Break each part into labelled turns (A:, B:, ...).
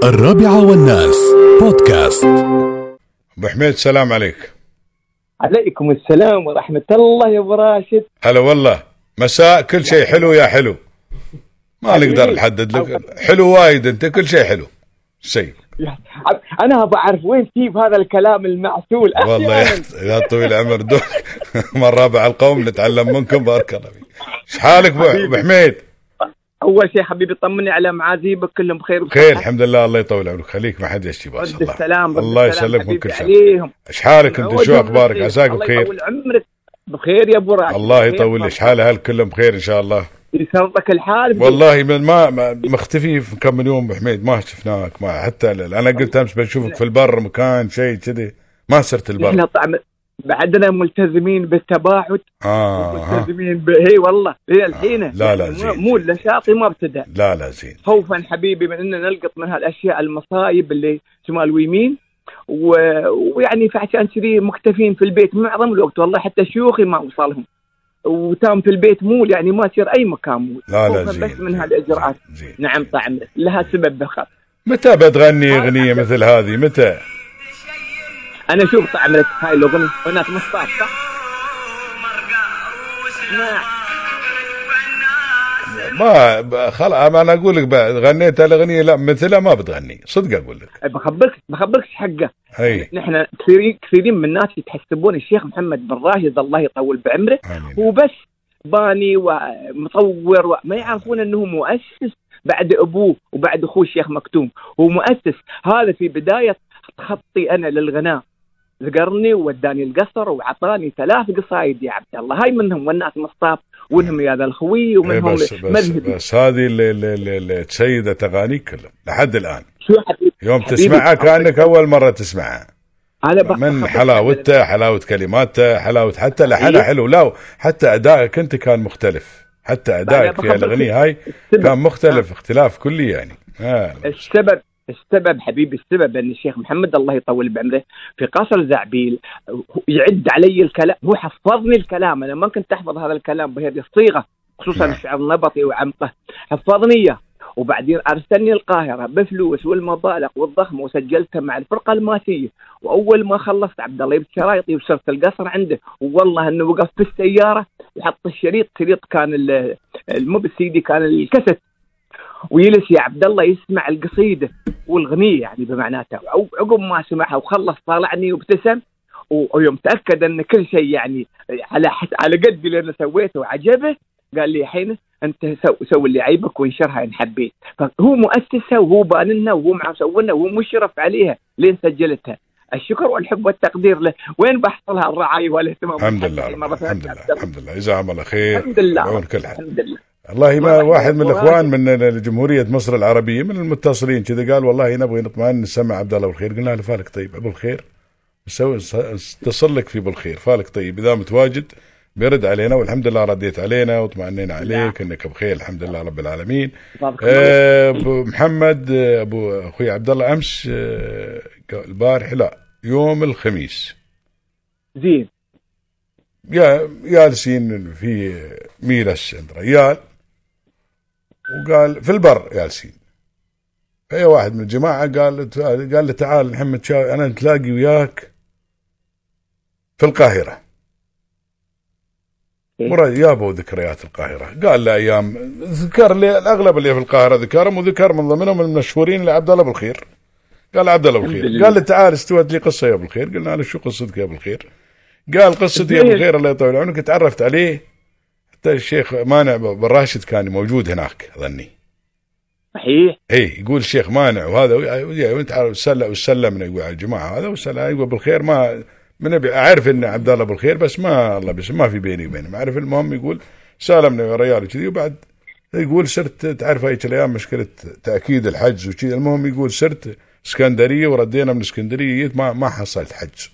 A: الرابعة والناس بودكاست.
B: أبو حميد السلام عليك.
C: عليكم السلام ورحمة الله يا أبو راشد.
B: هلا والله، مساء كل شيء حلو يا حلو، ما نقدر نحدد لك، حلو وايد أنت، كل شيء حلو شيء.
C: أنا بعرف وين تجيب هذا الكلام المعسول
B: والله يا طويل العمر دول من رابع القوم نتعلم منكم، بارك الله فيك. ايش حالك أبو حميد؟
C: أول شيء حبيبي طمني على معازيبك، كلهم بخير
B: بخير الحمد لله، الله يطول عمرك، خليك ما حد يشتي باس.
C: الله السلام،
B: الله يسلمك من كل شر. ايش حالك انت؟ شو اخبارك؟ عساك بخير؟
C: الله يطول عمرك بخير يا ابو راشد.
B: الله يطول، ايش حال اهل كلهم بخير ان شاء الله؟
C: يسرك الحال.
B: والله من ما مختفي في كم من يوم ابو حميد، ما شفناك، ما حتى انا قلت امس بشوفك في البر مكان شيء كذي، ما صرت البر.
C: احنا طعم بعدنا ملتزمين بالتباعد، ملتزمين هي والله هي الحين
B: لا زين،
C: مو النشاطي ما ابتدى،
B: لا زين،
C: خوفا حبيبي من اننا نلقط من هالاشياء المصايب اللي شمال ويمين، ويعني فعشان كذي مكتفين في البيت معظم الوقت. والله حتى شيوخي ما وصلهم وتام في البيت، مول يعني ما تصير اي مكان مول.
B: لا زين،
C: بس من هالاجراءات. نعم طعم لها سبب بخط.
B: متى بتغني اغنيه مثل هذه؟ متى؟
C: انا شوف طعمت هاي الاغنيه قناه مصطفى صح؟
B: ما خلاص انا اقول لك غنيت الاغنيه، لا مثلها ما بتغني صدق اقول لك.
C: بخبرك حقه.
B: هي
C: نحن كثيرين من الناس يتحسبون الشيخ محمد بن راشد الله يطول بعمره هو بس باني ومطور، وما يعرفون انه مؤسس بعد ابوه وبعد اخوه الشيخ مكتوم. هو مؤسس، هذا في بدايه خطي انا للغناء، ذكرني ووداني القصر وعطاني 3 قصايد يا عبد الله، هاي منهم والناس مصطاف، ومنهم يا ذا الخوي، ومنهم
B: بس هذه اللي تسيدت اغانيك كلهم لحد الان.
C: شو
B: يوم تسمعها كانك اول مره تسمعها، من حلاوتها، حلاوه كلماتها، حلاوه حتى لحنها حلو، لا حتى ادائك انت كان مختلف، حتى ادائك في الاغنيه هاي كان مختلف اختلاف كلي يعني.
C: السبب حبيبي، السبب ان الشيخ محمد الله يطول بعمره في قصر زعبيل يعد علي الكلام، هو حفظني الكلام، انا ما كنت احفظ هذا الكلام بهذه الصيغه، خصوصا الشعر النبطي وعمقه، حفظني اياه. وبعدين ارسلني القاهره بفلوس والمبالغ والضخم، وسجلتها مع الفرقه الماسيه، واول ما خلصت عبد الله جبت شرايطي وصرت القصر عنده، والله انه وقف في السياره وحط الشريط كان مو بالسيدي، كان الكاسيت، ويجلس يا عبد الله يسمع القصيده والغنيه يعني بمعناتها. عقب ما سمعها وخلص طالعني وابتسم، ويوم تاكد ان كل شيء يعني على قد اللي انا سويته وعجبه، قال لي الحين انت سوي اللي عيبك وانشرها ان حبيت. فهو مؤسسها وهو بانلنا وهو مسوينا وهو مشرف عليها لين سجلتها. الشكر والحب والتقدير له. وين بحصلها الرعاية والاهتمام؟
B: الحمد لله الحمد لله جزاهم الله خير.
C: الحمد لله
B: الحمد لله. والله ما واحد من الاخوان من جمهوريه مصر العربيه من المتصلين كذا قال والله نبغى نطمئن نسمع عبد الله بالخير. قلنا له فالك طيب ابو الخير اتصل لك في بالخير، فالك طيب اذا متواجد بيرد علينا، والحمد لله رديت علينا وطمأنينا عليك انك بخير الحمد لله رب العالمين. ابو محمد ابو اخوي عبد الله امس البارح لا يوم الخميس
C: زين
B: جالسين في ميلس عند ريال، وقال في البر جالسين، فأي واحد من الجماعة قال له تعال محمد أنا نتلاقي وياك في القاهرة. مراد يابو ذكريات القاهرة، قال له أيام ذكر لي الأغلب اللي في القاهرة ذكرهم، وذكر من ضمنهم المشهورين لعبد الله بالخير. قال عبد الله بالخير، قال له تعال استوت لي قصة يا أبو الخير. قلنا له شو قصتك يا أبو الخير؟ قال قصتي يا أبو الخير الله يطول عمرك تعرفت عليه حتى الشيخ مانع بن راشد كان موجود هناك أظني.
C: صحيح.
B: اي يقول الشيخ مانع وهذا وانت وسلم يقول على الجماعه هذا وسلم يقول بالخير، ما من اعرف ان عبد الله بالخير بس ما الله بس ما في بيني وبينه ما اعرف. المهم يقول سالمنا يا ريال وكذي، وبعد يقول صرت تعرف هيك الايام مشكله تاكيد الحجز وكذا. المهم يقول صرت اسكندريه وردينا من اسكندريه ما حصلت حجز،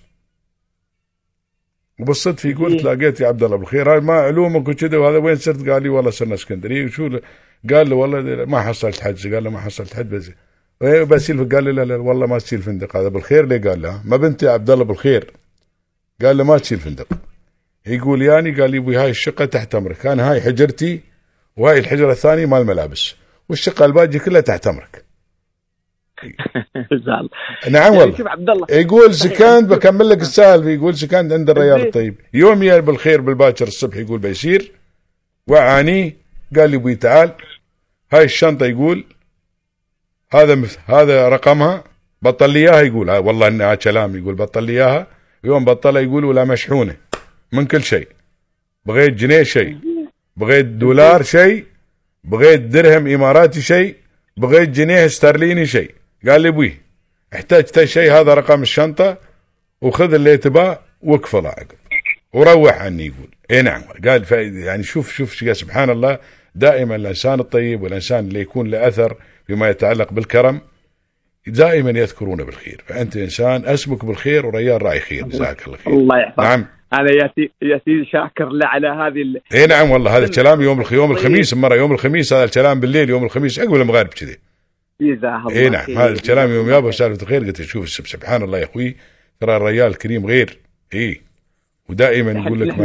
B: وبالصدفه يقول تلاقيت يا عبد الله بالخير هاي ما علومك وكذا وهذا وين صرت؟ قال لي والله صرنا اسكندريه. وشو قال له والله ما حصلت حج. قال له ما حصلت حج بس قال له لا والله ما تشيل فندق. هذا بالخير ليه؟ قال له ما بنتي عبد الله بالخير. قال له ما تشيل فندق. يقول يعني قال لي ابوي هاي الشقه تحت امرك، كان هاي حجرتي وهاي الحجره الثانيه مال ملابس والشقه الباقيه كلها تحت امرك. نعم والله.
C: شوف عبد الله
B: يقول سكند، بكمل لك السالفه. يقول سكند عند الريال الطيب، يوم يا بالخير بالباكر الصبح يقول بيسير وعانيه، قال لي ابوي تعال هاي الشنطه، يقول هذا رقمها، بطل لي اياها. يقول والله انها كلام، يقول بطل لي اياها. يوم بطلها يقول ولا مشحونه من كل شيء، بغيت جنيه شيء، بغيت دولار شيء، بغيت درهم اماراتي شيء، بغيت جنيه استرليني شيء. قال لي ابوي احتجت شيء، هذا رقم الشنطه وخذ اللي تباه واكفله عقب وروح عني. يقول اي نعم. قال يعني شوف سبحان الله، دائما الانسان الطيب والانسان اللي يكون له اثر فيما يتعلق بالكرم دائما يذكرون بالخير. فانت انسان اسمك بالخير وريال راعي خير، جزاك الله خير.
C: الله يحفظك.
B: نعم.
C: انا يا سيدي شاكر له على هذه
B: اي نعم والله. هذا الكلام يوم الخميس، مره يوم الخميس، هذا الكلام بالليل يوم الخميس عقب المغرب كذي. اي نعم. هذا الكلام يوم يابا سالفه الخير. قلت شوف سبحان الله يا اخوي، ترى الرجال الكريم غير. ودائما يقول لك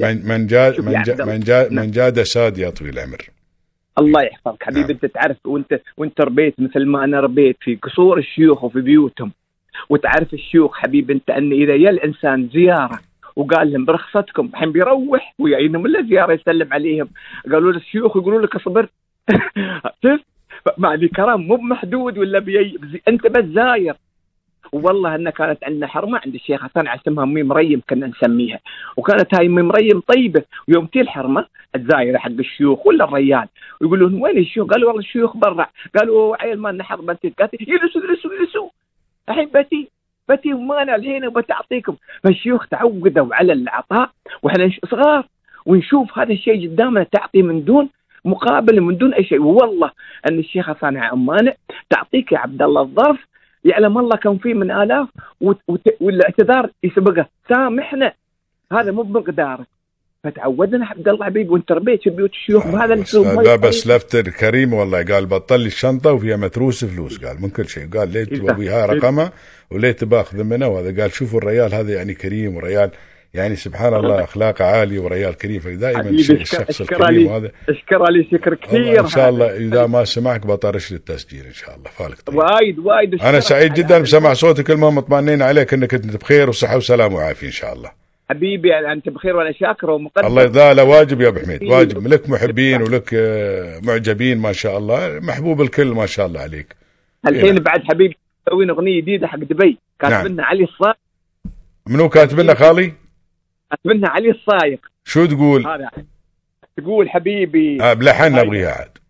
B: من جاد ساد يا طويل العمر.
C: الله يحفظك حبيبي. انت تعرف وانت ربيت مثل ما انا ربيت في قصور الشيوخ وفي بيوتهم، وتعرف الشيوخ حبيبي انت ان اذا يا الانسان زياره وقال لهم برخصتكم الحين بيروح ويعينهم الا زياره يسلم عليهم، قالوا له الشيوخ يقولوا لك اصبر. شوف مع الكرم مو بمحدود ولا انت بس زاير. والله ان كانت عندنا حرمه عند الشيخ حسن اسمها امي مريم كنا نسميها، وكانت هاي امي مريم طيبه، ويوم تي الحرمه الزايره حق الشيوخ ولا الريال ويقولون وين الشيوخ؟ قالوا والله الشيوخ برا. قالوا عيل ما نحض بنتي، قالت يلسوا الحين بتي وما انا الحين وبتعطيكم. فالشيوخ تعودوا على العطاء، واحنا صغار ونشوف هذا الشيء قدامنا، تعطي من دون مقابل من دون اي شيء. والله ان الشيخ صانع امانه تعطيك يا عبد الله الظرف يعلم الله كم فيه من آلاف، والاعتذار يسبقه، سامحنا هذا مو بمقداره. فتعودنا عبد الله حبيبي وانت ربيت في بيوت الشيوخ بهذا الاسلوب.
B: لا بس لفتر كريم والله. قال بطل لي الشنطه وفيها متروس فلوس، قال من كل شيء. قال ليت وابيها رقمها وليت باخذ منها. وهذا قال شوفوا الريال هذا يعني كريم، وريال يعني سبحان الله اخلاقه عاليه وريال كريم. فدائما الشخص الكريم وهذا
C: اشكر لي شكر كثير.
B: ان شاء الله اذا ما سمعك بطرش للتسجيل ان شاء الله. فالك طيب.
C: وايد
B: انا سعيد جدا بسمع صوتك. المهم مطمئنين عليك انك انت بخير وصحه وسلامه وعافيه ان شاء الله
C: حبيبي. انت بخير وانا شاكر ومقدر.
B: الله يرضى. لا واجب يا ابو حميد، واجب. لك محبين ولك معجبين ما شاء الله، محبوب الكل ما شاء الله عليك.
C: الحين بعد حبيبي مسوين اغنيه جديده حق دبي، كاتب لنا علي الصايغ.
B: منو كاتب لنا خالي؟
C: كاتب لنا علي الصايغ.
B: شو تقول؟
C: هذا تقول حبيبي
B: بلحن ابغيها عاد.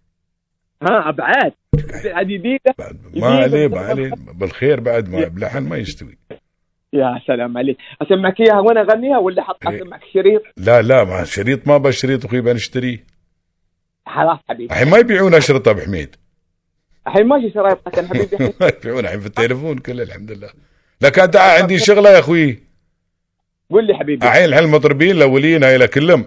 C: بعد جديده
B: ما عليه بالخير بعد ما بلحن ما يستوي.
C: يا سلام عليك. اسمعك اياها وانا اغنيها ولا حط اسمعك شريط؟
B: لا ما شريط، ما بشريط اخوي بنشتري.
C: خلاص حبيبي.
B: الحين ما يبيعون اشرطه ابو حميد.
C: الحين ماشي شرايط يا حبيبي.
B: ما يبيعون الحين في التليفون كله الحمد لله. لكن انت عندي شغله يا اخوي.
C: قول لي حبيبي.
B: الحين المطربين الاولين هاي كلهم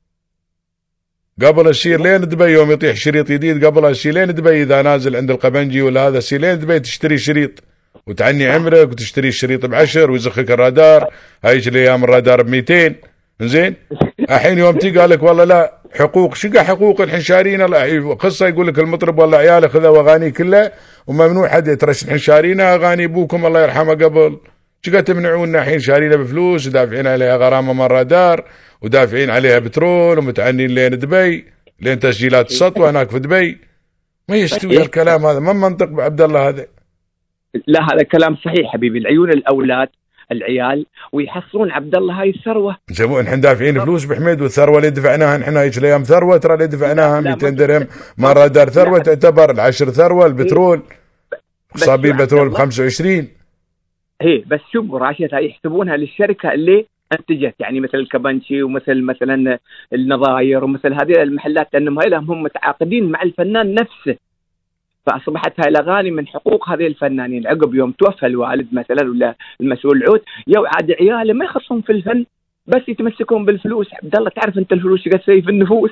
B: قبل السير لين دبي، يوم يطيح شريط جديد قبل السير لين دبي، اذا نازل عند القبنجي ولا هذا السير لين دبي تشتري شريط وتعني عمرك وتشتري الشريط ب10 ويزخك الرادار. هاي الايام الرادار ب200. زين الحين يوم تي قال لك والله لا حقوق. شقا حقوق الحين شارينا قصه، يقول لك المطرب والله عياله خذوا اغاني كلها وممنوع حد يترش. الحين شارينا اغاني ابوكم الله يرحمه قبل، شقا تمنعونا الحين شارينا بفلوس ودافعين عليها غرامه من الرادار ودافعين عليها بترول ومتعنين لين دبي لين تسجيلات السطوه هناك في دبي. ما يستوي الكلام هذا، ما منطق عبد الله هذا. لا
C: هذا كلام صحيح حبيبي. العيون الاولاد العيال ويحصلون عبد الله هاي الثروه.
B: نحن دافعين فلوس بحميد، والثروه اللي دفعناها نحن هيك الايام ثروه، ترى اللي دفعناها 200 درهم ما رادار ثروه تعتبر. ال10 ثروه البترول صابين بترول ب25.
C: هي بس شوف راشد هاي يحسبونها للشركه اللي انتجت، يعني مثل الكبنشي ومثل مثلا النظاير ومثل هذه المحلات، لانهم هاي هم متعاقدين مع الفنان نفسه. فاصبحت هاي الاغاني من حقوق هذه الفنانين. عقب يوم توفى الوالد مثلا ولا المسؤول العود، يو عاد عياله ما يخصهم في الفن، بس يتمسكون بالفلوس. عبد الله تعرف انت الفلوس قد سيف النفوس.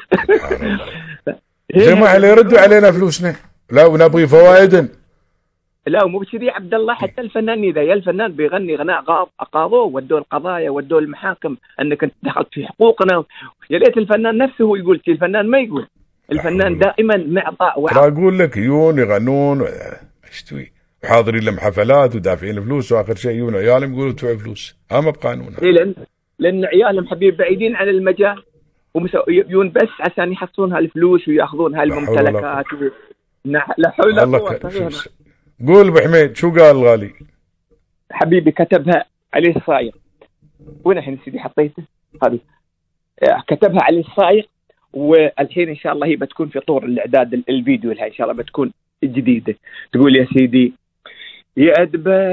B: زي ما عليه يردوا علينا فلوسنا، لا ونبغي فوائد.
C: لا مو بكذي عبد الله. حتى الفنان اذا يا الفنان بيغني غناء قاضوه ودوه القضايا ودوه المحاكم انك انت دخلت في حقوقنا. يا ليت الفنان نفسه هو يقول شيء، الفنان ما يقول. الفنان دائما معطاء
B: وعطاء. اقول لك يون يغنون اشتوي. وحاضرين لهم حفلات ودافعين فلوس، واخر شيء يجون عيالهم يقولوا ادفعوا فلوس. ما بقانون.
C: لان عيالهم حبيب بعيدين عن المجال ويجون بس عشان يحصلون هالفلوس وياخذون هالممتلكات. لا حول ولا قوة.
B: قول ابو حميد شو قال الغالي؟
C: حبيبي كتبها علي الصايغ. وين الحين سيدي حطيته؟ هذه كتبها علي الصايغ، والحين ان شاء الله هي بتكون في طور الاعداد الفيديو لها ان شاء الله بتكون جديده. تقول يا سيدي: يا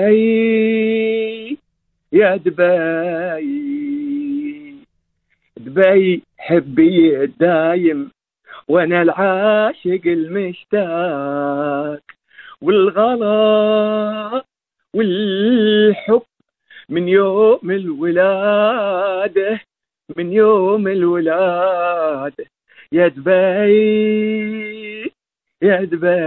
C: دبي يا دبي دبي حبي الدايم وانا العاشق المشتاق، والغلا والحب من يوم الولادة من يوم الولادة. يا دبي يا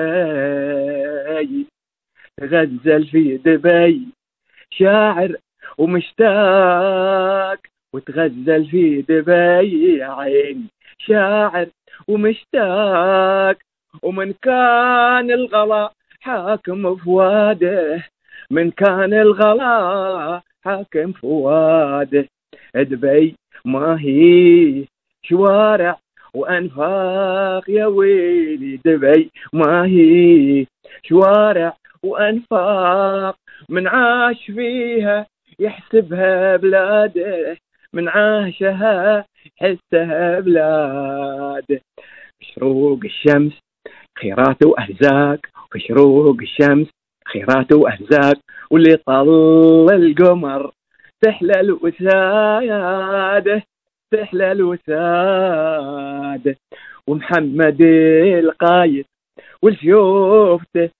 C: دبي غزل في دبي شاعر ومشتاق، وتغزل في دبي يا عيني شاعر ومشتاق. ومن كان الغلا حاكم فواده، من كان الغلا حاكم فواده. دبي ما هي شوارع وأنفاق يا ويلي، دبي ما هي شوارع وأنفاق. من عاش فيها يحسبها بلاده، من عاشها حسها بلاده. شروق الشمس خيرات وأهزاك، في شروق الشمس خيرات وأهزاك. واللي طل القمر تحلى الوسادة تحلى الوسادة. ومحمد القايد والشوفته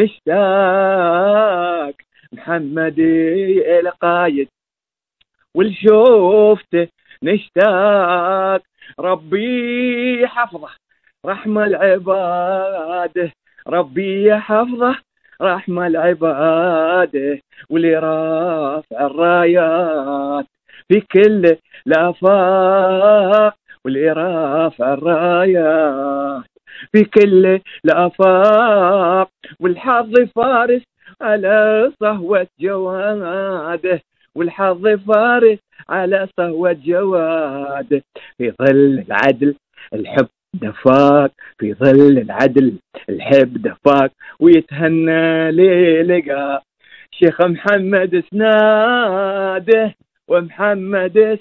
C: نشتاق، محمد القايد والشوفته نشتاق. ربي حفظه رحمة العباده، ربي يحفظه رحمة العباده. واللي رافع الرايات في كل الآفاق، واللي رافع الرايات في كل الآفاق. والحظ فارس على صهوة جواده، والحظ فارس على صهوة جواده. في ظل العدل الحب دفاك، في ظل العدل الحب دفاك. ويتهنى للقى شيخ محمد سناده، ومحمد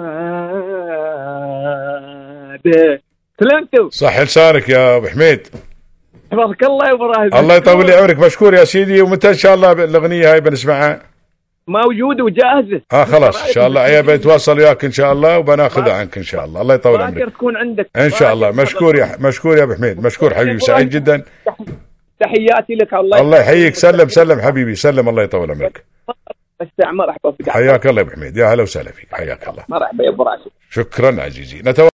C: سناده. سلمتوا.
B: صح لسانك يا ابو حميد.
C: حفظك الله يا ابراهيم.
B: الله يطول لي عمرك. مشكور يا سيدي. ومتى ان شاء الله الاغنيه هاي بنسمعها؟
C: موجوده وجاهزه.
B: خلاص ان شاء الله هي بنتواصل وياك ان شاء الله وبناخذها عنك ان شاء الله. الله يطول عمرك.
C: تكون عندك
B: ان شاء الله. مشكور يا ابو حميد. مشكور حبيبي. سعيد جدا.
C: تحياتي لك.
B: الله يحييك. سلم حبيبي. سلم. الله يطول عمرك.
C: مرحبا بك.
B: حياك الله يا ابو حميد. يا هلا وسهلا فيك. حياك الله.
C: مرحبا يا ابو راشد.
B: شكرا عزيزي.